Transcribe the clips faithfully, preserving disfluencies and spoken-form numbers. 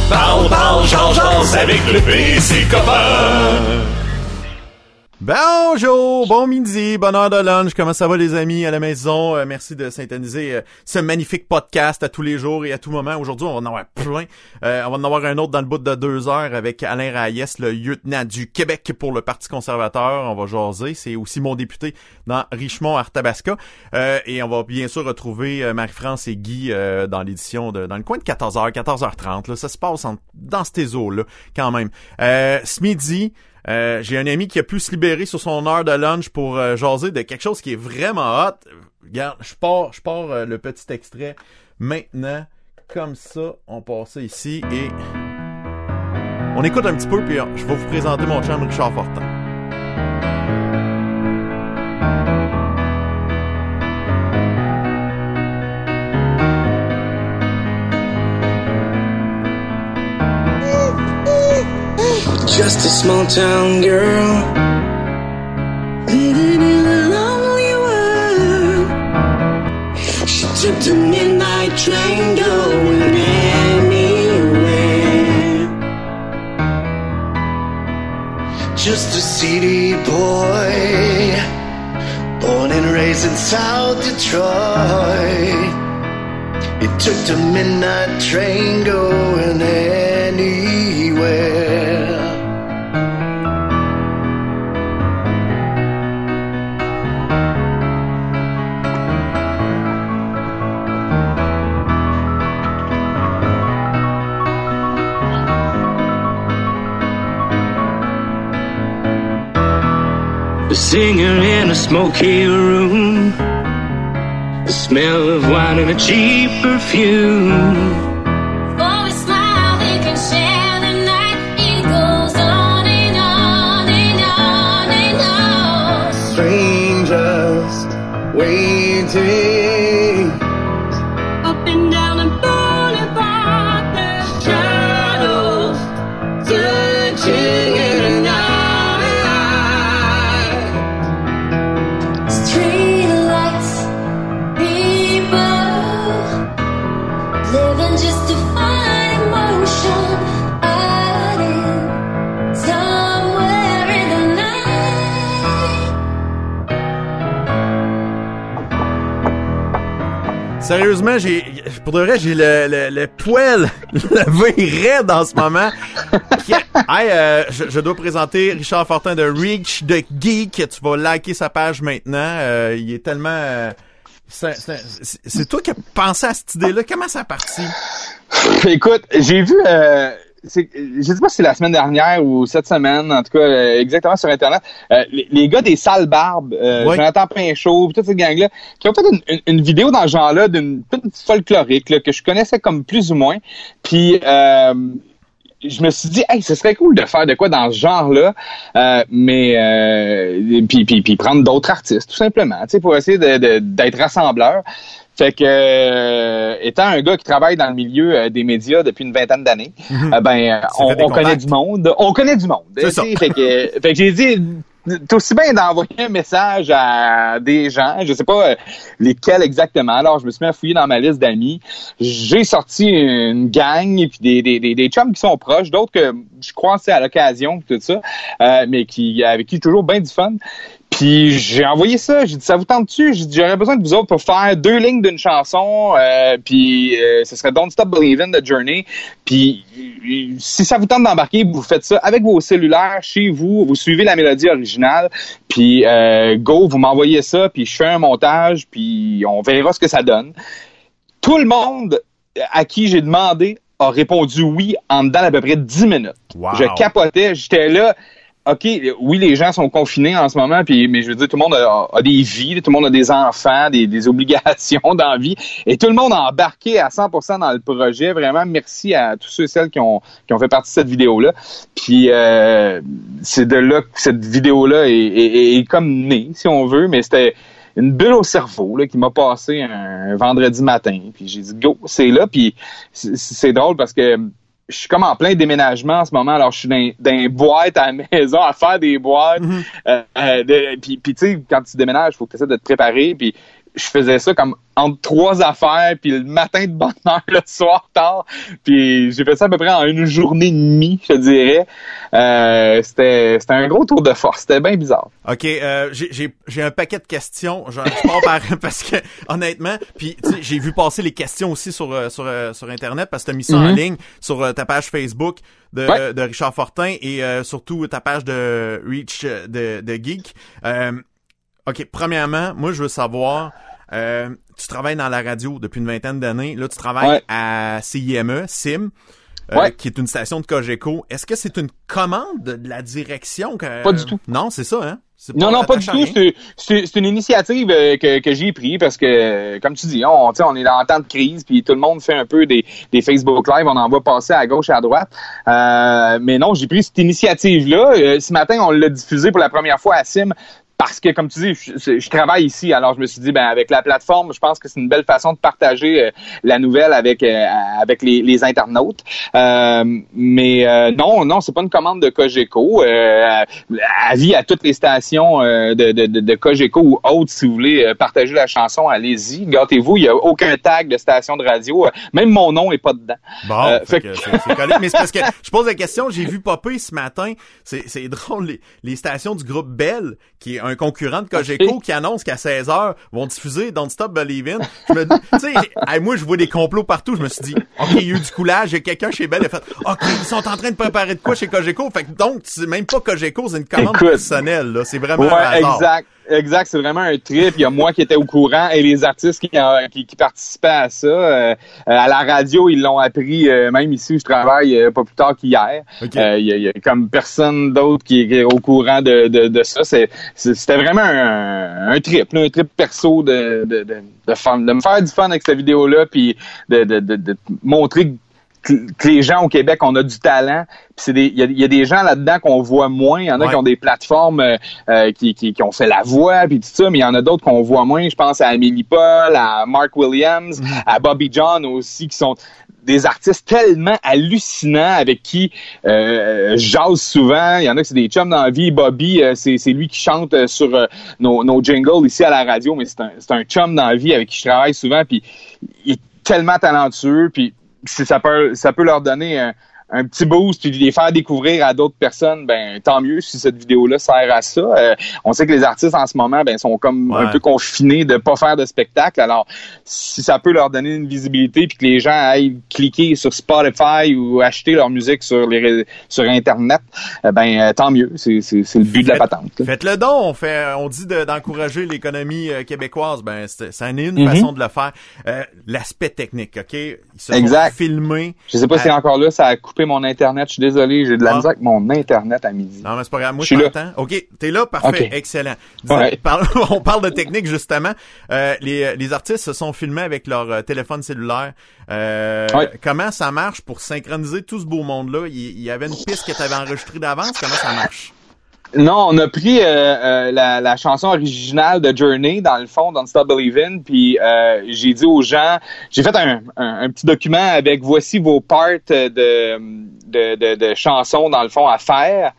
Parle, parle, change, change avec le P C copain. Bonjour, bon midi, bonne heure de lunch, comment ça va les amis à la maison? Euh, merci de syntoniser euh, ce magnifique podcast à tous les jours et à tout moment. Aujourd'hui, on va en avoir plein. Euh, on va en avoir un autre dans le bout de deux heures avec Alain Raïs, le lieutenant du Québec pour le Parti conservateur. On va jaser, c'est aussi mon député dans Richmond-Arthabasca. Euh, et on va bien sûr retrouver euh, Marie-France et Guy euh, dans l'édition de dans le coin de quatorze heures, quatorze heures trente. Là, ça se passe en, dans ces eaux-là quand même. Euh, ce midi... Euh, j'ai un ami qui a pu se libérer sur son heure de lunch pour euh, jaser de quelque chose qui est vraiment hot. Regarde, je pars, je pars euh, le petit extrait maintenant. Comme ça, on passe ça ici et on écoute un petit peu puis je vais vous présenter mon chum Richard Fortin. Just a small town girl living in a lonely world. She took the midnight train going anywhere. Just a city boy, born and raised in South Detroit. It took the midnight train going anywhere. A singer in a smoky room, the smell of wine and a cheap perfume. For a smile they can share the night. It goes on and on and on and on. Strangers waiting Up and down the boulevard, there's shadows searching in the night. Streetlights, people living just to find emotion. Hiding somewhere in the night. Sérieusement, j'ai pour de vrai, j'ai le, le, le poil levé raide en ce moment. Hey, euh, je, je dois présenter Richard Fortin de Reach the Geek. Tu vas liker sa page maintenant. Euh, il est tellement... Euh, c'est, c'est, c'est toi qui as pensé à cette idée-là. Comment ça a parti? Écoute, j'ai vu... Euh... C'est, je sais pas si c'est la semaine dernière ou cette semaine, en tout cas, euh, exactement sur Internet, euh, les, les gars des Sales Barbes, euh, oui. Jonathan Pinchot, toute cette gang-là, qui ont fait une, une, une vidéo dans ce genre-là d'une petite folklorique là, que je connaissais comme plus ou moins. Puis, euh, je me suis dit, hey, ce serait cool de faire de quoi dans ce genre-là, euh, mais euh, puis, puis, puis prendre d'autres artistes, tout simplement, tu sais, pour essayer de, de, d'être rassembleur. Fait que, euh, étant un gars qui travaille dans le milieu euh, des médias depuis une vingtaine d'années, mm-hmm. euh, ben, on, on connaît du monde. On connaît du monde. C'est ça. Fait que, fait que j'ai dit, t'es aussi bien d'envoyer un message à des gens, je sais pas euh, lesquels exactement. Alors, je me suis mis à fouiller dans ma liste d'amis. J'ai sorti une gang, et puis des, des, des, des chums qui sont proches, d'autres que je crois c'est à l'occasion, tout ça, euh, mais qui avec qui toujours bien du fun. Puis j'ai envoyé ça, j'ai dit ça vous tente-tu? J'ai dit j'aurais besoin de vous autres pour faire deux lignes d'une chanson, euh, puis euh, ce serait Don't Stop Believin' de Journey. Puis euh, si ça vous tente d'embarquer, vous faites ça avec vos cellulaires chez vous, vous suivez la mélodie originale, puis euh, go, vous m'envoyez ça, puis je fais un montage, puis on verra ce que ça donne. Tout le monde à qui j'ai demandé a répondu oui en dedans d'à peu près dix minutes. Wow. Je capotais, j'étais là. OK, oui, les gens sont confinés en ce moment, puis mais je veux dire, tout le monde a, a des vies, tout le monde a des enfants, des, des obligations dans la vie, et tout le monde a embarqué à cent pour cent dans le projet. Vraiment, merci à tous ceux et celles qui ont qui ont fait partie de cette vidéo-là. Puis euh, c'est de là que cette vidéo-là est, est, est comme née, si on veut, mais c'était une bulle au cerveau là qui m'a passé un, un vendredi matin. Puis j'ai dit go, c'est là. Puis c'est, c'est drôle parce que je suis comme en plein déménagement en ce moment. Alors, je suis dans, dans une boîte à la maison à faire des boîtes. Mm-hmm. Euh, euh, de, puis, puis tu sais, quand tu déménages, il faut que tu essaies de te préparer. Puis je faisais ça comme entre trois affaires, puis le matin de bonne heure, le soir tard. Puis j'ai fait ça à peu près en une journée et demie, je dirais. Euh, c'était, c'était un gros tour de force. C'était bien bizarre. OK, euh, j'ai, j'ai, j'ai un paquet de questions. Je, je pars par, parce que, honnêtement, puis tu sais, j'ai vu passer les questions aussi sur, euh, sur, euh, sur Internet, parce que t'as mis ça mm-hmm. en ligne sur euh, ta page Facebook de, ouais. de Richard Fortin et euh, surtout ta page de Reach de, de Geek. Euh, OK, premièrement, moi, je veux savoir... Euh, tu travailles dans la radio depuis une vingtaine d'années. Là, tu travailles ouais. à C I M E, S I M, euh, ouais. qui est une station de Cogeco. Est-ce que c'est une commande de la direction? Que... Pas du tout. Non, c'est ça, hein? C'est non, non, pas du tout. C'est, c'est, c'est une initiative que, que j'ai prise parce que, comme tu dis, on, on est dans un temps de crise, puis tout le monde fait un peu des, des Facebook Live, on en va passer à gauche et à droite. Euh, mais non, j'ai pris cette initiative-là. Euh, ce matin, on l'a diffusée pour la première fois à S I M. Parce que, comme tu dis, je, je travaille ici, alors je me suis dit, ben avec la plateforme, je pense que c'est une belle façon de partager euh, la nouvelle avec euh, avec les, les internautes. Euh, mais euh, non, non, c'est pas une commande de Cogeco. Euh, avis à toutes les stations euh, de, de, de, de Cogeco ou autres, si vous voulez euh, partager la chanson, allez-y. Gâtez-vous, il y a aucun tag de station de radio. Euh, même mon nom est pas dedans. Bon, euh, fait que c'est, c'est collé. Mais c'est parce que je pose la question, j'ai vu popper ce matin. C'est, c'est drôle, les, les stations du groupe Bell, qui est un concurrent de Cogeco qui annonce qu'à seize heures vont diffuser Don't Stop Believin'. Je me dis, tu sais, hey, moi je vois des complots partout, je me suis dit, OK, il y a eu du coulage, il y a quelqu'un chez Bell qui a fait, OK, ils sont en train de préparer de quoi chez Cogeco? Fait que donc, c'est même pas Cogeco, c'est une commande Écoute, personnelle, là. C'est vraiment ouais, un hasard. Exact. Exact, c'est vraiment un trip. Il y a moi qui étais au courant et les artistes qui, qui, qui participaient à ça. Euh, à la radio, ils l'ont appris, euh, même ici où je travaille, euh, pas plus tard qu'hier. Okay. Euh, il, y a, il y a comme personne d'autre qui, qui est au courant de, de, de ça. C'est, c'est, c'était vraiment un, un trip, là, un trip perso de, de, de, de, fun, de me faire du fun avec cette vidéo-là, puis de, de, de, de montrer que, que les gens au Québec, on a du talent. Puis c'est des, il y a, il y a des gens là-dedans qu'on voit moins. Il y en a ouais. qui ont des plateformes euh, qui, qui, qui ont fait la voix puis tout ça, mais il y en a d'autres qu'on voit moins. Je pense à Amélie Paul, à Mark Williams, mm-hmm. à Bobby John aussi, qui sont des artistes tellement hallucinants avec qui euh, j'ose souvent. Il y en a qui c'est des chums dans la vie. Bobby, euh, c'est, c'est lui qui chante sur euh, nos, nos jingles ici à la radio, mais c'est un, c'est un chum dans la vie avec qui je travaille souvent. Puis il est tellement talentueux. Puis ça peut, ça peut leur donner un, un petit boost puis les faire découvrir à d'autres personnes, ben tant mieux si cette vidéo-là sert à ça. Euh, on sait que les artistes en ce moment ben sont comme ouais. un peu confinés de pas faire de spectacle. Alors si ça peut leur donner une visibilité puis que les gens aillent cliquer sur Spotify ou acheter leur musique sur les sur Internet, ben euh, tant mieux. C'est, c'est, c'est le but Faites, de la patente. Là. Faites le don. On fait, on dit de, d'encourager l'économie euh, québécoise. Ben c'est, ça en est une mm-hmm. façon de le faire. Euh, l'aspect technique, ok. Ils se exact. sont filmés. Je sais pas à... si encore là, ça a coupé mon Internet, je suis désolé, j'ai de la ah. misère avec mon Internet à midi. Non, mais c'est pas grave, moi je t'entends. OK, t'es là, parfait, okay. Excellent. Dis, ouais. parle, on parle de technique, justement. Euh, les, les artistes se sont filmés avec leur euh, téléphone cellulaire. Euh, ouais. Comment ça marche pour synchroniser tout ce beau monde-là? Il, il y avait une piste que t'avais enregistrée d'avance, comment ça marche? Non, on a pris euh, euh, la, la chanson originale de Journey, dans le fond, Don't Stop Believin', puis euh, j'ai dit aux gens, j'ai fait un, un, un petit document avec voici vos parts de, de, de, de chansons, dans le fond, à faire.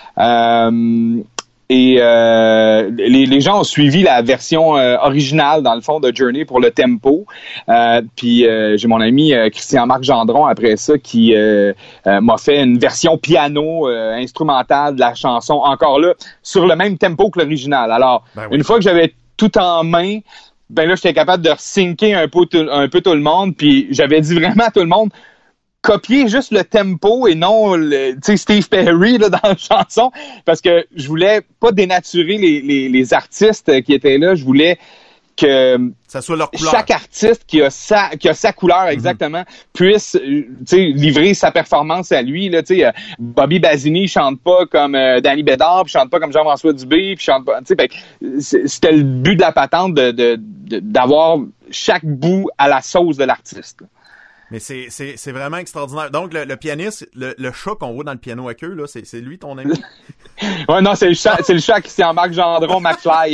Euh, Et euh, les, les gens ont suivi la version euh, originale, dans le fond, de Journey pour le tempo. Euh, puis euh, j'ai mon ami euh, Christian-Marc Gendron, après ça, qui euh, euh, m'a fait une version piano euh, instrumentale de la chanson, encore là, sur le même tempo que l'original. Alors, ben oui. Une fois que j'avais tout en main, ben là, j'étais capable de syncer un peu, tout, un peu tout le monde. Puis j'avais dit vraiment à tout le monde, copier juste le tempo et non le, tu sais, Steve Perry là, dans la chanson, parce que je voulais pas dénaturer les, les, les artistes qui étaient là. Je voulais que ça soit leur couleur. Chaque artiste qui a sa qui a sa couleur exactement mm-hmm. puisse, tu sais, livrer sa performance à lui. Là, tu sais, Bobby Basini chante pas comme euh, Danny Bédard, puis chante pas comme Jean-François Dubé, puis chante pas. Tu sais, c'était le but de la patente de, de, de d'avoir chaque bout à la sauce de l'artiste. Là. Mais c'est, c'est, c'est vraiment extraordinaire. Donc, le, le pianiste, le, le chat qu'on voit dans le piano à queue, là, c'est, c'est lui ton ami? Ouais, non, c'est le chat, c'est le chat Christian-Marc Gendron McFly.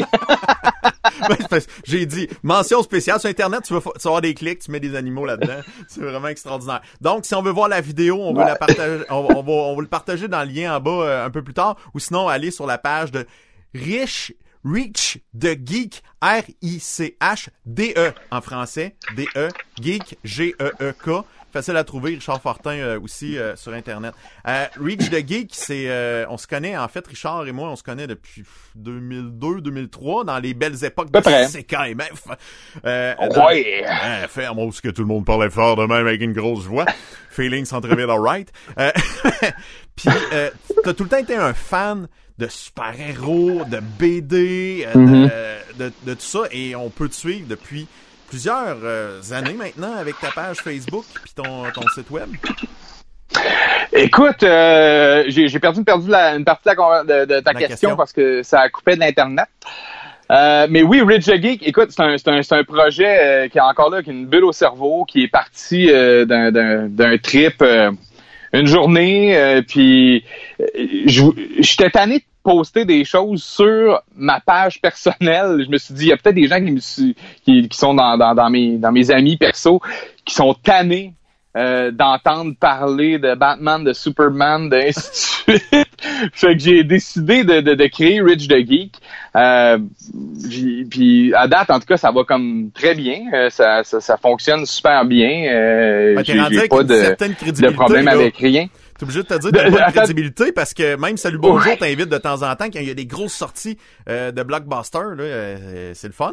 J'ai dit, mention spéciale sur Internet, tu vas, tu vas avoir des clics, tu mets des animaux là-dedans. C'est vraiment extraordinaire. Donc, si on veut voir la vidéo, on veut ouais. la partager, on, on va, on va le partager dans le lien en bas euh, un peu plus tard, ou sinon, aller sur la page de Rich, Reach the Geek, R I C H D E en français, D E, Geek, G E E K. Facile à trouver, Richard Fortin euh, aussi euh, sur Internet. Euh, Reach the Geek, c'est, euh, on se connaît, en fait, Richard et moi, on se connaît depuis deux mille deux deux mille trois, dans les belles époques de C K M F. Euh, ouais! Dans, euh, faire-moi ce que tout le monde parlait fort de même avec une grosse voix. Feeling Centre-Ville Alright. Euh, Puis, euh, t'as tout le temps été un fan de super-héros, de B D, euh, mm-hmm. de, de, de tout ça, et on peut te suivre depuis plusieurs euh, années maintenant avec ta page Facebook puis ton, ton site web. Écoute, euh, j'ai, j'ai perdu, perdu la, une partie de, la, de, de ta question, question parce que ça a coupé de l'Internet. Euh, mais oui, Reach the Geek, écoute, c'est un, c'est un, c'est un projet euh, qui est encore là, qui est une bulle au cerveau, qui est parti euh, d'un, d'un, d'un trip, euh, une journée, euh, puis euh, j'étais tanné de poster des choses sur ma page personnelle. Je me suis dit, il y a peut-être des gens qui me qui, qui sont dans, dans, dans mes dans mes amis perso qui sont tannés euh, d'entendre parler de Batman, de Superman, d'ainsi de suite. Fait que j'ai décidé de, de, de créer Reach the Geek. Euh, puis à date, en tout cas, ça va comme très bien. Euh, ça, ça, ça fonctionne super bien. Euh, ben, j'ai, j'ai pas de, de problème là. Avec rien. T'es obligé de te dire de bonne crédibilité parce que même Salut Bonjour ouais. t'invite de temps en temps quand il y a des grosses sorties euh, de blockbuster, là, euh, c'est le fun.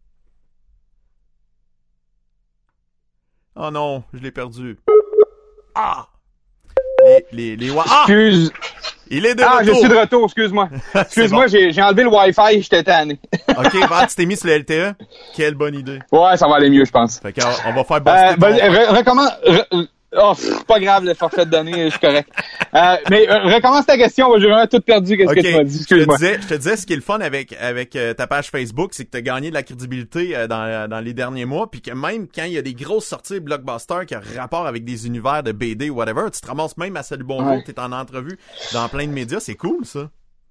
Oh non, je l'ai perdu. Ah! Les, les, les... Ah! Excuse. Il est de ah, retour. Ah, je suis de retour, excuse-moi. Excuse-moi, bon. j'ai, j'ai enlevé le Wi-Fi, j'étais tanné. OK, bah, tu t'es mis sur le L T E? Quelle bonne idée. Ouais, ça va aller mieux, je pense. Fait qu'on on va faire bosser. Euh, ben, re- recommence... Re- Oh, pff, pas grave, le forfait de données, je suis correct. Euh, mais euh, recommence ta question, j'ai vraiment tout perdu, qu'est-ce okay. que tu m'as dit, excuse-moi. Je te disais, je te disais, ce qui est le fun avec avec euh, ta page Facebook, c'est que tu as gagné de la crédibilité euh, dans dans les derniers mois, puis que même quand il y a des grosses sorties blockbuster qui ont rapport avec des univers de B D ou whatever, tu te ramasses même à Salut Bonjour, ouais. t'es en entrevue dans plein de médias, c'est cool ça.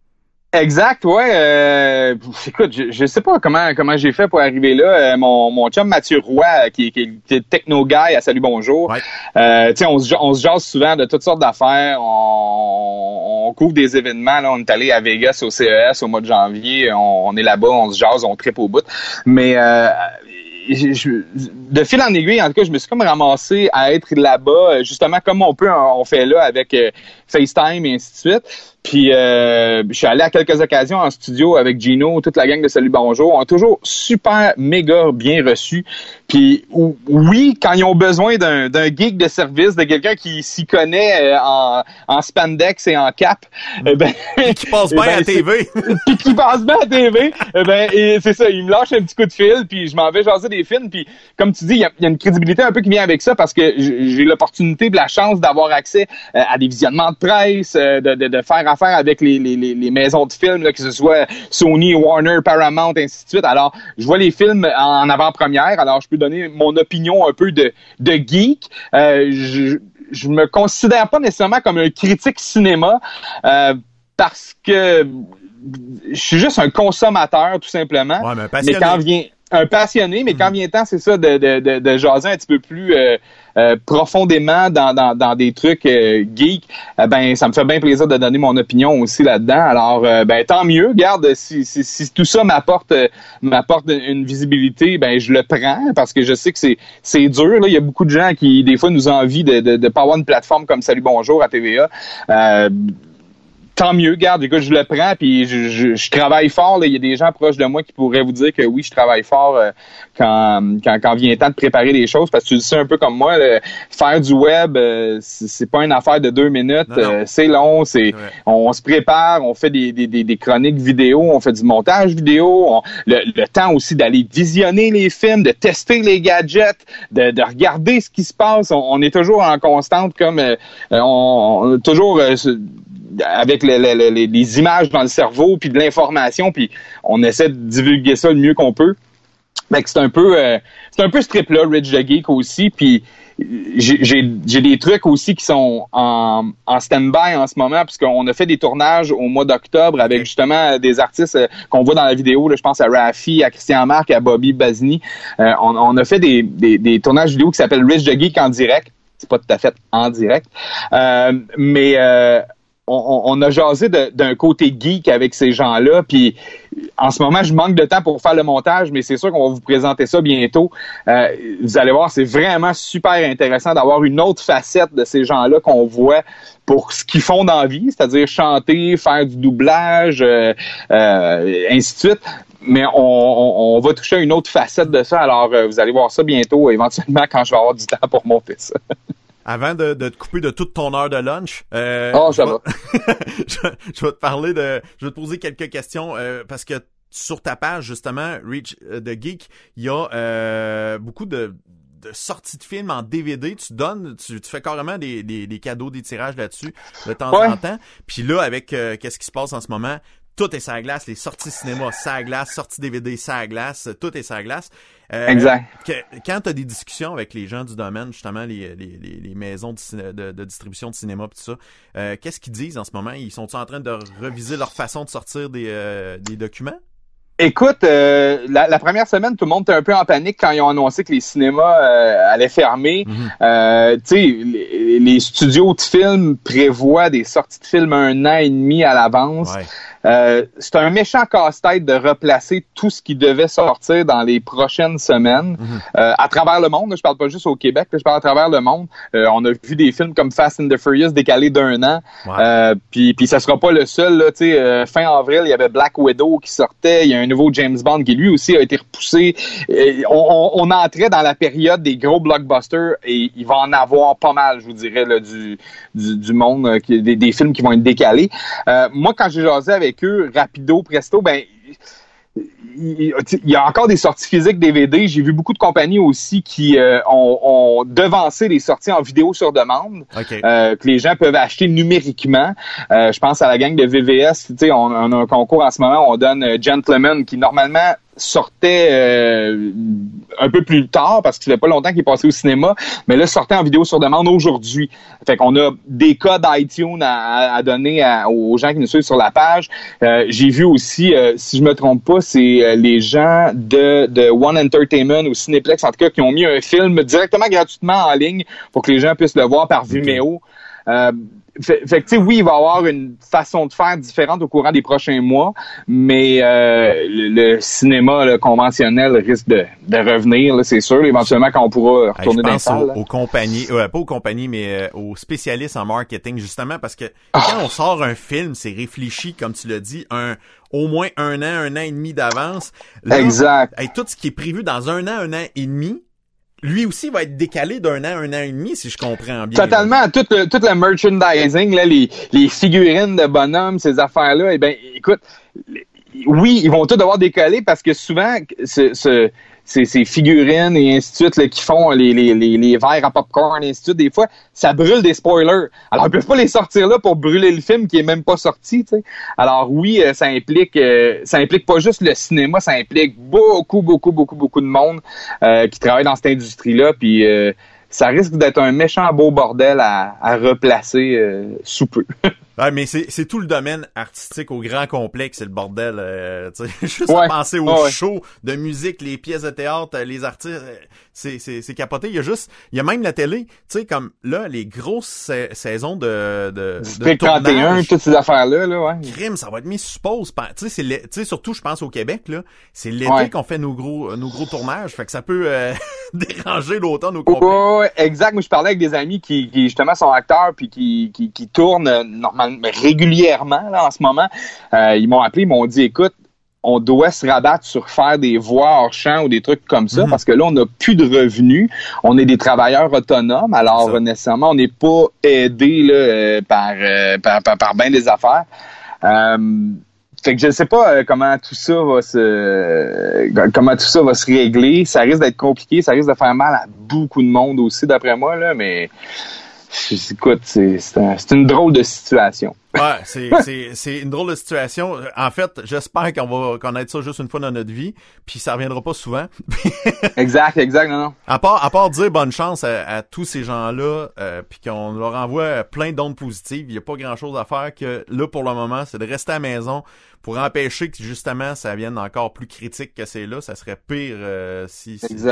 Exact, ouais. Euh, écoute, je, je sais pas comment comment j'ai fait pour arriver là. Euh, mon mon chum Mathieu Roy, qui, qui, qui est techno guy à Salut Bonjour. Ouais. Euh, tu sais, on se on se jase souvent de toutes sortes d'affaires. On, on couvre des événements. Là, on est allé à Vegas au C E S au mois de janvier. On, on est là-bas, on se jase, on trippe au bout. Mais euh, Je, je, de fil en aiguille, en tout cas, je me suis comme ramassé à être là-bas, justement comme on peut, on fait là avec euh, FaceTime et ainsi de suite. Puis, euh, je suis allé à quelques occasions en studio avec Gino, toute la gang de Salut Bonjour. On a toujours super, méga bien reçu. Puis, oui, quand ils ont besoin d'un, d'un geek de service, de quelqu'un qui s'y connaît euh, en, en spandex et en cap, mmh. eh ben, qui passe bien ben, à T V. Puis qui passe bien à T V, eh ben, et c'est ça, il me lâche un petit coup de fil, puis je m'en vais jaser des films. Puis, comme tu dis, il y a, y a une crédibilité un peu qui vient avec ça parce que j'ai l'opportunité, de la chance d'avoir accès euh, à des visionnements de presse, euh, de, de, de faire affaire avec les, les, les maisons de films, là, que ce soit Sony, Warner, Paramount, ainsi de suite. Alors, je vois les films en avant-première, alors je peux donner mon opinion un peu de, de geek. Euh, je, je me considère pas nécessairement comme un critique cinéma euh, parce que je suis juste un consommateur, tout simplement. Ouais, mais passionné. Mais quand vient un passionné, mais quand vient le temps, c'est ça, de, de, de, de jaser un petit peu plus euh, euh, profondément dans, dans, dans des trucs euh, geeks, euh, ben ça me fait bien plaisir de donner mon opinion aussi là-dedans. Alors, euh, ben tant mieux. Regarde, si, si, si tout ça m'apporte euh, m'apporte une visibilité, ben je le prends parce que je sais que c'est c'est dur. Là, il y a beaucoup de gens qui des fois nous envient de de, de pas avoir une plateforme comme Salut Bonjour à T V A. Euh, Tant mieux, garde, écoute, je le prends, puis je, je, je travaille fort. Là. Il y a des gens proches de moi qui pourraient vous dire que oui, je travaille fort euh, quand, quand quand vient le temps de préparer les choses, parce que tu le sais un peu comme moi, là, faire du web, euh, c'est, c'est pas une affaire de deux minutes, non, non. Euh, c'est long, c'est, on, on se prépare, on fait des, des, des, des chroniques vidéo, on fait du montage vidéo, on, le, le temps aussi d'aller visionner les films, de tester les gadgets, de, de regarder ce qui se passe. On, on est toujours en constante, comme euh, on, on toujours euh, avec le, le, le, les images dans le cerveau, puis de l'information, puis on essaie de divulguer ça le mieux qu'on peut. Fait que c'est un peu euh, c'est un peu ce trip-là, Reach the Geek aussi, puis j'ai, j'ai, j'ai des trucs aussi qui sont en, en stand-by en ce moment, puisqu'on a fait des tournages au mois d'octobre avec justement des artistes euh, qu'on voit dans la vidéo, là, je pense à Rafi, à Christian Marc, à Bobby Basni. Euh, on, on a fait des, des, des tournages vidéo qui s'appellent Reach the Geek en direct. C'est pas tout à fait en direct. Euh, mais... Euh, on, on a jasé de, d'un côté geek avec ces gens-là, puis en ce moment, je manque de temps pour faire le montage, mais c'est sûr qu'on va vous présenter ça bientôt. Euh, vous allez voir, c'est vraiment super intéressant d'avoir une autre facette de ces gens-là qu'on voit pour ce qu'ils font dans la vie, c'est-à-dire chanter, faire du doublage, euh, euh, ainsi de suite. Mais on, on, on va toucher à une autre facette de ça, alors euh, vous allez voir ça bientôt, éventuellement, quand je vais avoir du temps pour monter ça. Avant de, de te couper de toute ton heure de lunch, euh, oh, ça je va. vais, je, je vais te parler de, je vais te poser quelques questions euh, parce que sur ta page justement, Reach the Geek, il y a euh, beaucoup de, de sorties de films en D V D. Tu donnes, tu, tu fais carrément des, des, des cadeaux, des tirages là-dessus de temps ouais. en temps. Puis là, avec euh, qu'est-ce qui se passe en ce moment? Tout est sur la glace, les sorties cinéma, sur la glace, sorties D V D, sur la glace, tout est sur la glace. Euh, exact. Que, quand tu as des discussions avec les gens du domaine, justement, les, les, les, les maisons de, de, de distribution de cinéma et tout ça, euh, qu'est-ce qu'ils disent en ce moment? Ils sont-ils en train de reviser leur façon de sortir des, euh, des documents? Écoute, euh, la, la première semaine, tout le monde était un peu en panique quand ils ont annoncé que les cinémas euh, allaient fermer. Mm-hmm. Euh, tu sais, les, les studios de films prévoient des sorties de films un an et demi à l'avance. Ouais. Euh, c'est un méchant casse-tête de replacer tout ce qui devait sortir dans les prochaines semaines mm-hmm. euh, à travers le monde. Là, je parle pas juste au Québec, là, je parle à travers le monde. Euh, on a vu des films comme Fast and the Furious décalés d'un an. Ouais. Euh, puis, puis ça sera pas le seul. Là, tu sais, euh, fin avril, il y avait Black Widow qui sortait. Il y a un nouveau James Bond qui lui aussi a été repoussé. Et on, on, on entrait dans la période des gros blockbusters et il va en avoir pas mal, je vous dirais, là, du, du, du monde, euh, qui, des, des films qui vont être décalés. Euh, moi, quand j'ai jasé avec eux, rapido, presto, ben il y a encore des sorties physiques D V D. J'ai vu beaucoup de compagnies aussi qui euh, ont, ont devancé les sorties en vidéo sur demande, okay. euh, que les gens peuvent acheter numériquement. Euh, je pense à la gang de V V S. Tu sais, on, on a un concours en ce moment. On donne Gentleman qui normalement sortait euh, un peu plus tard parce que ça fait pas longtemps qu'il est passé au cinéma, mais là sortait en vidéo sur demande aujourd'hui. Fait qu'on a des codes iTunes à, à donner à, aux gens qui nous suivent sur la page. Euh, j'ai vu aussi, euh, si je me trompe pas, c'est euh, les gens de, de One Entertainment ou Cinéplex en tout cas qui ont mis un film directement gratuitement en ligne pour que les gens puissent le voir par Vimeo. Euh, Fait, fait que tu sais, oui, il va y avoir une façon de faire différente au courant des prochains mois, mais euh, le, le cinéma là, conventionnel risque de, de revenir, là, c'est sûr, éventuellement quand on pourra retourner hey, dans les salles. Aux, aux compagnies, euh, pas aux compagnies, mais euh, aux spécialistes en marketing, justement, parce que oh. quand on sort un film, c'est réfléchi, comme tu l'as dit, un au moins un an, un an et demi d'avance. Là, exact. Hey, tout ce qui est prévu dans un an, un an et demi, lui aussi va être décalé d'un an, un an et demi, si je comprends bien. Totalement. Tout le, tout le merchandising, là, les, les figurines de bonhommes, ces affaires-là, eh ben, écoute, oui, ils vont tous devoir décoller parce que souvent, ce, ce, ces, ces figurines et ainsi de suite là, qui font les, les, les, les verres à popcorn et ainsi de suite, des fois, ça brûle des spoilers. Alors, ils peuvent pas les sortir là pour brûler le film qui est même pas sorti, tu sais. Alors oui, ça implique euh, ça implique pas juste le cinéma, ça implique beaucoup, beaucoup, beaucoup, beaucoup de monde euh, qui travaille dans cette industrie-là, puis euh, ça risque d'être un méchant beau bordel à, à replacer euh, sous peu. Ouais, mais c'est c'est tout le domaine artistique au grand complet que c'est le bordel. Euh, tu sais, juste ouais. à penser aux ouais. shows de musique, les pièces de théâtre, les artistes, c'est c'est c'est capoté. Il y a juste, il y a même la télé. Tu sais, comme là, les grosses sa- saisons de de, de trente et un, toutes ces affaires là, là, ouais. Crime, ça va être mis sous pause. Tu sais, c'est tu sais surtout, je pense au Québec là, c'est l'été ouais. qu'on fait nos gros nos gros tournages, fait que ça peut euh, déranger l'automne au complet. Ouais, ouais, exact. Moi, je parlais avec des amis qui, qui justement sont acteurs puis qui qui qui tournent normalement régulièrement là en ce moment. Euh, ils m'ont appelé, ils m'ont dit, écoute, on doit se rabattre sur faire des voix hors champ ou des trucs comme ça, mm-hmm. parce que là, on n'a plus de revenus. On est des travailleurs autonomes, alors nécessairement, on n'est pas aidé là, euh, par, euh, par, par, par bien des affaires. Euh, fait que je ne sais pas euh, comment tout ça va se euh, comment tout ça va se régler. Ça risque d'être compliqué, ça risque de faire mal à beaucoup de monde aussi, d'après moi, là, mais écoute, c'est, c'est, un, c'est une drôle de situation. Ouais, c'est, c'est, c'est une drôle de situation. En fait, j'espère qu'on va connaître ça juste une fois dans notre vie, puis ça reviendra pas souvent. exact, exact, non, non. À part, à part dire bonne chance à, à tous ces gens-là, euh, puis qu'on leur envoie plein d'ondes positives, il y a pas grand-chose à faire que là, pour le moment, c'est de rester à la maison pour empêcher que, justement, ça vienne encore plus critique que c'est là. Ça serait pire euh, si... si exact.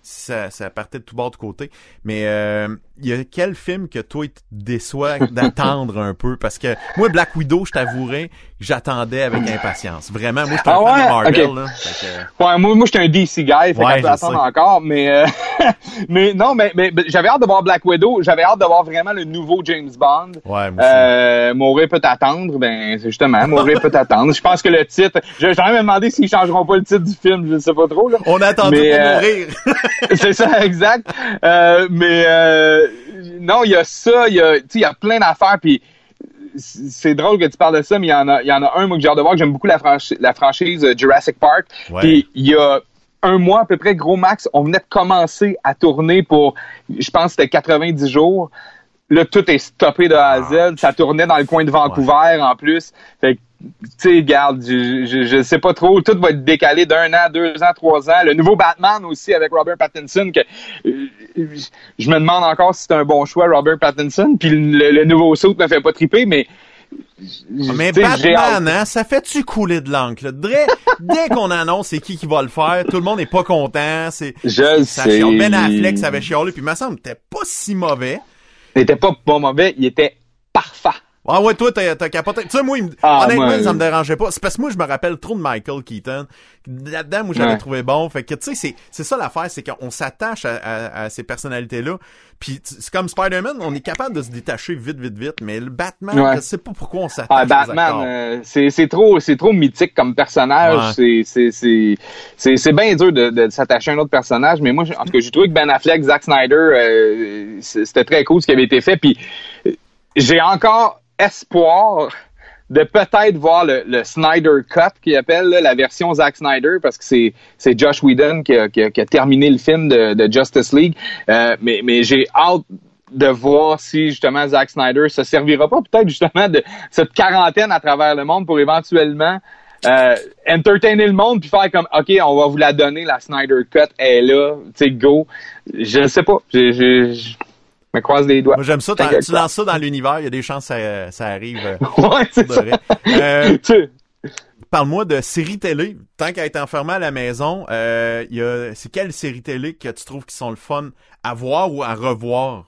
ça, ça partait de tout bord de côté. Mais euh, il y a quel film que toi, il te déçoit d'attendre un peu? Parce que moi, Black Widow, je t'avouerai, j'attendais avec impatience. Vraiment, moi, je suis un ah fan ouais? de Marvel. Okay. Là, fait que... Ouais, moi, moi, j'étais un D C guy, fait ouais, qu'on peut attendre encore, mais, euh, mais non, mais, mais, j'avais hâte de voir Black Widow, j'avais hâte de voir vraiment le nouveau James Bond. Ouais, moi euh, Mourir peut attendre, ben, c'est justement, Mourir peut attendre. Je pense que le titre, je, j'aurais même demandé s'ils changeront pas le titre du film, je sais pas trop, là. On a attendu mais, pour euh, mourir. c'est ça, exact. Euh, mais, euh, non, il y a ça, il y a, tu sais, il y a plein d'affaires, puis c'est drôle que tu parles de ça, mais il y en a, il y en a un, moi, que j'ai hâte de voir, que j'aime beaucoup la, franchi- la franchise Jurassic Park. Ouais. Puis il y a un mois à peu près, gros max, on venait de commencer à tourner pour, je pense que c'était quatre-vingt-dix jours. Là, tout est stoppé de A à Z. Ça tournait dans le coin de Vancouver, ouais. En plus. Fait que, tu sais, regarde, je, je, je sais pas trop. Tout va être décalé d'un an, deux ans, trois ans. Le nouveau Batman aussi avec Robert Pattinson, que euh, je me demande encore si c'est un bon choix, Robert Pattinson. Puis le, le nouveau suit me fait pas triper, mais... Mais Batman, hein, ça fait-tu couler de l'encre, là? Dès, dès qu'on annonce c'est qui qui va le faire, tout le monde est pas content. C'est, je ça sais. Chiale. Ben Affleck, ça avait chialé, puis il me semble que t'es pas si mauvais. Il était pas pas mauvais, il était parfait. Ah ouais, toi, t'as, t'as capoté. Tu sais, moi, il me... ah, honnêtement, moi, ça me dérangeait pas. C'est parce que moi, je me rappelle trop de Michael Keaton. Là-dedans, moi, j'avais ouais. trouvé bon. Fait que, tu sais, c'est, c'est ça l'affaire, c'est qu'on s'attache à, à, à ces personnalités-là. Puis, c'est comme Spider-Man, on est capable de se détacher vite, vite, vite. Mais le Batman, ouais. je sais pas pourquoi on s'attache ah, Batman, euh, c'est, c'est trop, c'est trop mythique comme personnage. Ouais. C'est, c'est, c'est, c'est, c'est bien dur de, de s'attacher à un autre personnage. Mais moi, en tout cas, j'ai trouvé que Ben Affleck, Zack Snyder, euh, c'était très cool ce qui avait été fait. Puis, j'ai encore espoir de peut-être voir le, le Snyder Cut qu'il appelle là, la version Zack Snyder, parce que c'est c'est Joss Whedon qui a, qui a, qui a terminé le film de, de Justice League. Euh, mais mais j'ai hâte de voir si justement Zack Snyder se servira pas peut-être justement de cette quarantaine à travers le monde pour éventuellement euh, entertainer le monde puis faire comme OK, on va vous la donner, la Snyder Cut est là, tu sais, go. Je ne sais pas. J'ai, j'ai, j'ai... me croise les doigts. Moi, j'aime ça. Tu lances ça dans l'univers, il y a des chances que ça, ça arrive. Ouais, c'est ça. Euh, parle-moi de séries télé. Tant qu'à être enfermé à la maison, euh, il y a, c'est quelles séries télé que tu trouves qui sont le fun à voir ou à revoir?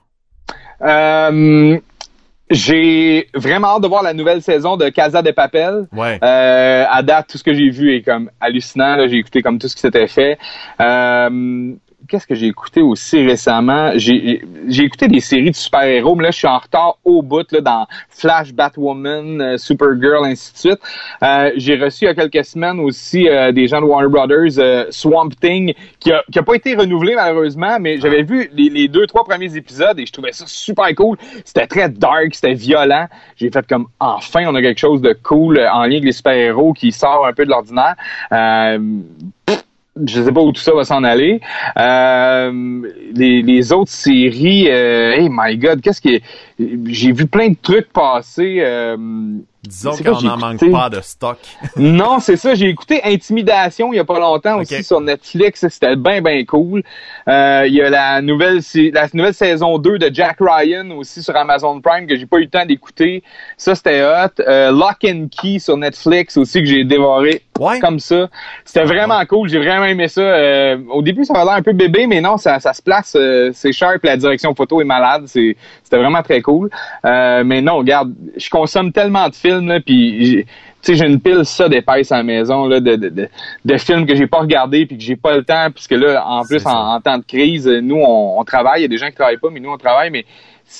Euh, j'ai vraiment hâte de voir la nouvelle saison de Casa de Papel. Ouais. Euh, à date, tout ce que j'ai vu est comme hallucinant. Là. J'ai écouté comme tout ce qui s'était fait. Euh, Qu'est-ce que j'ai écouté aussi récemment? J'ai, j'ai écouté des séries de super-héros, mais là, je suis en retard au bout là, dans Flash, Batwoman, euh, Supergirl, ainsi de suite. Euh, j'ai reçu il y a quelques semaines aussi euh, des gens de Warner Brothers, euh, Swamp Thing, qui a, qui a pas été renouvelé malheureusement, mais j'avais vu les, les deux, trois premiers épisodes et je trouvais ça super cool. C'était très dark, c'était violent. J'ai fait comme, enfin, on a quelque chose de cool en lien avec les super-héros qui sort un peu de l'ordinaire. Euh, Je sais pas où tout ça va s'en aller. Euh, les, les autres séries, euh, hey my God, qu'est-ce que j'ai vu plein de trucs passer. Euh, Disons qu'on n'en manque pas de stock. Non, c'est ça. J'ai écouté Intimidation il y a pas longtemps okay. aussi sur Netflix. C'était bien, bien cool. Euh, il y a la nouvelle la nouvelle saison deux de Jack Ryan aussi sur Amazon Prime que j'ai pas eu le temps d'écouter. Ça, c'était hot. Euh, Lock and Key sur Netflix aussi que j'ai dévoré ouais. comme ça. C'était vraiment cool. J'ai vraiment aimé ça. Euh, au début, ça avait l'air un peu bébé, mais non, ça, ça se place. Euh, c'est sharp. La direction photo est malade. C'est, c'était vraiment très cool. Euh, mais non, regarde, je consomme tellement de films. Là, puis tu sais, j'ai une pile ça d'épaisse à la maison là, de, de, de, de films que j'ai pas regardés puis que j'ai pas le temps, puisque là, en plus, en, en temps de crise, nous, on, on travaille. Il y a des gens qui travaillent pas, mais nous, on travaille, mais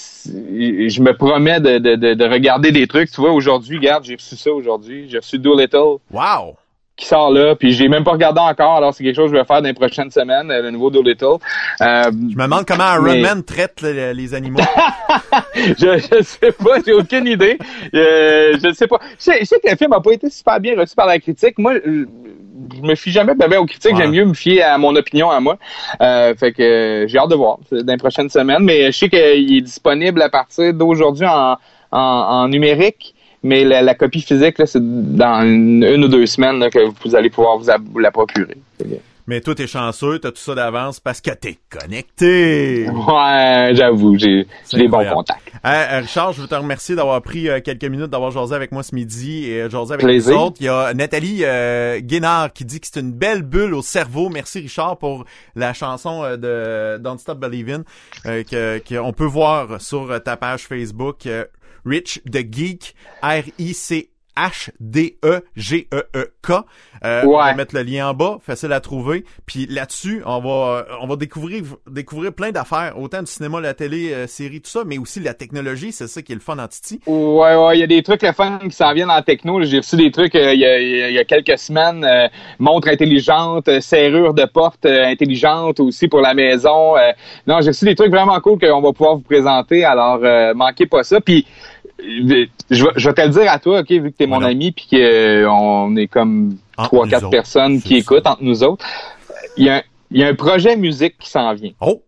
je me promets de, de, de, de regarder des trucs. Tu vois, aujourd'hui, regarde, j'ai reçu ça aujourd'hui. J'ai reçu Doolittle. Wow! Qui sort là, puis je l'ai même pas regardé encore, alors c'est quelque chose que je vais faire dans les prochaines semaines, le nouveau Doolittle. Euh, je me demande comment Iron mais... Man traite le, les animaux. je, je sais pas, j'ai aucune idée. Euh, je sais pas. Je sais, je sais que le film a pas été super bien reçu par la critique. Moi, je, je me fie jamais bien aux critiques, ouais. J'aime mieux me fier à mon opinion à moi. Euh, fait que j'ai hâte de voir dans les prochaines semaines, mais je sais qu'il est disponible à partir d'aujourd'hui en, en, en numérique. Mais la, la copie physique, là, c'est dans une, une ou deux semaines là, que vous allez pouvoir vous, vous la procurer. Mais toi, t'es chanceux, t'as tout ça d'avance parce que t'es connecté. Ouais, j'avoue, j'ai, j'ai des bons contacts. Euh, Richard, je veux te remercier d'avoir pris euh, quelques minutes, d'avoir jasé avec moi ce midi et euh, jasé avec Plaisir. les autres. Il y a Nathalie euh, Guénard qui dit que c'est une belle bulle au cerveau. Merci Richard pour la chanson euh, de Don't Stop Believin' euh, que qu'on peut voir sur euh, ta page Facebook euh, Rich the Geek, R I C H D E G E E K. Euh, ouais. On va mettre le lien en bas, facile à trouver. Puis là-dessus, on va on va découvrir découvrir plein d'affaires, autant du cinéma, la télé, euh, série, tout ça, mais aussi la technologie, c'est ça qui est le fun en Titi. Ouais, ouais, il y a des trucs le fun qui s'en viennent en techno. J'ai reçu des trucs euh, il y, a, il y a quelques semaines, euh, montre intelligente, euh, serrure de porte euh, intelligente aussi pour la maison. Euh, non, j'ai reçu des trucs vraiment cool qu'on va pouvoir vous présenter, alors euh, manquez pas ça. Puis je vais, je vais te le dire à toi, ok, vu que t'es mon voilà. ami, puis qu'on est comme trois, quatre personnes qui écoutent entre nous autres. Il y a, il y a un projet musique qui s'en vient. Oh!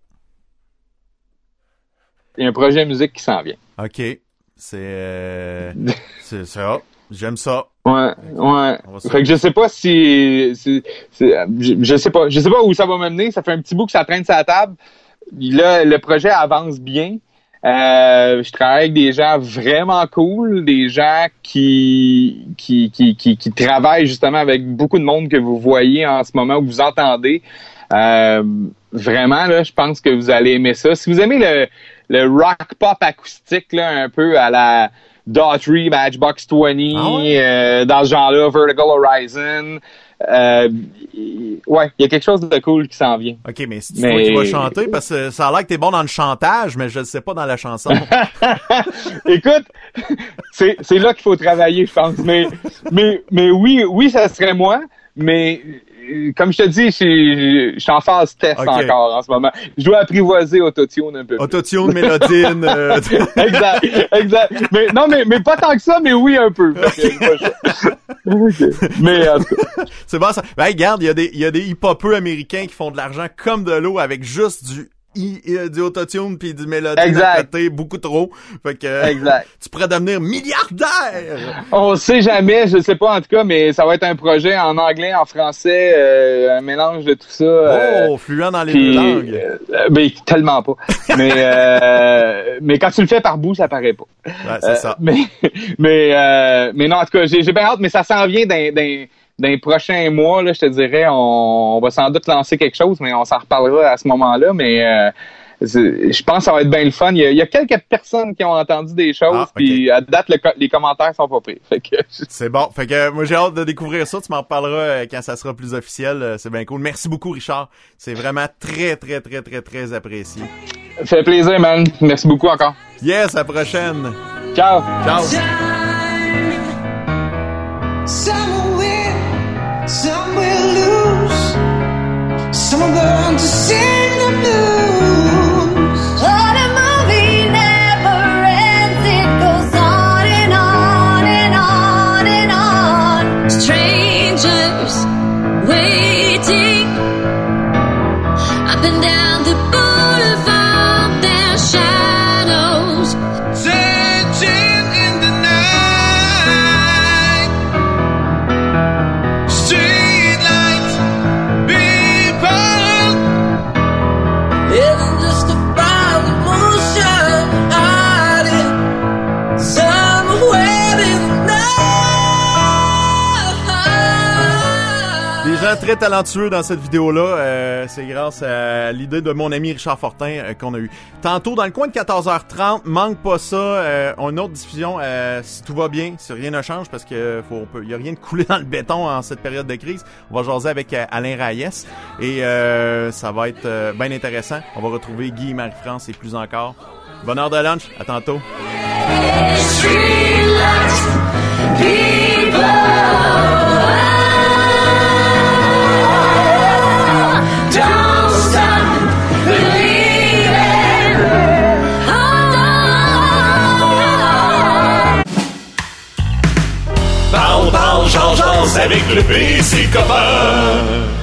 Il y a un projet musique qui s'en vient. OK. C'est euh, c'est ça. J'aime ça. Ouais, ouais. Fait que je sais pas si, si, si je, je sais pas, je sais pas où ça va me mener. Ça fait un petit bout que ça traîne sur la table. Là, le projet avance bien. Euh, je travaille avec des gens vraiment cool, des gens qui, qui, qui, qui, qui travaillent justement avec beaucoup de monde que vous voyez en ce moment, ou vous entendez. Euh, vraiment, là, je pense que vous allez aimer ça. Si vous aimez le, le rock pop acoustique, là, un peu à la Daughtry, Matchbox vingt, ah ouais? euh, dans ce genre-là, Vertical Horizon, euh, ouais, il y a quelque chose de cool qui s'en vient. OK, mais c'est mais... toi qui vas chanter, parce que ça a l'air que t'es bon dans le chantage, mais je ne sais pas dans la chanson. Écoute, c'est, c'est là qu'il faut travailler, je pense. Mais, mais, mais oui, oui, ça serait moi, mais comme je te dis, je suis en phase test okay. encore en ce moment. Je dois apprivoiser Autotune un peu. Autotune, Mélodine. Euh... exact, exact. Mais non, mais, mais pas tant que ça, mais oui, un peu. Okay, mais en tout cas. C'est bon ça. Ben, regarde, il y a des, il y a des hip-hopers américains qui font de l'argent comme de l'eau avec juste du I, du autotune puis du mélodie à côté, beaucoup trop. Fait que exact. Tu pourrais devenir milliardaire. On sait jamais, je sais pas en tout cas, mais ça va être un projet en anglais, en français, euh, un mélange de tout ça. Oh, euh, fluent dans les puis, deux langues. Euh, ben tellement pas. mais euh, mais quand tu le fais par bout, ça paraît pas. Ouais, c'est euh, ça. Mais mais euh, mais non, en tout cas, j'ai, j'ai bien hâte, mais ça s'en vient d'un d'un dans les prochains mois, là, je te dirais, on, on va sans doute lancer quelque chose, mais on s'en reparlera à ce moment-là. Mais euh, je pense que ça va être bien le fun. Il y a, il y a quelques personnes qui ont entendu des choses, ah, okay. Puis à date, le, les commentaires sont pas pris. Fait que... C'est bon. Fait que moi, j'ai hâte de découvrir ça. Tu m'en reparleras quand ça sera plus officiel. C'est bien cool. Merci beaucoup, Richard. C'est vraiment très, très, très, très, très apprécié. Ça fait plaisir, man. Merci beaucoup encore. Yes, à la prochaine. Ciao. Ciao. Some will lose, some will learn to sing the blues. Oh, the movie never ends, it goes on and on and on and on. Strangers waiting up and down the boulevard, their shadows searching in the night. Très talentueux dans cette vidéo-là. Euh, c'est grâce à l'idée de mon ami Richard Fortin euh, qu'on a eu. Tantôt, dans le coin de quatorze heures trente, manque pas ça. Euh, on a une autre diffusion, euh, si tout va bien, si rien ne change, parce que faut, on peut, y a rien de coulé dans le béton en cette période de crise. On va jaser avec euh, Alain Raïs et euh, ça va être euh, bien intéressant. On va retrouver Guy, Marie-France et plus encore. Bonne heure de lunch. À tantôt. Parle, parle, change, change avec le P C Copain.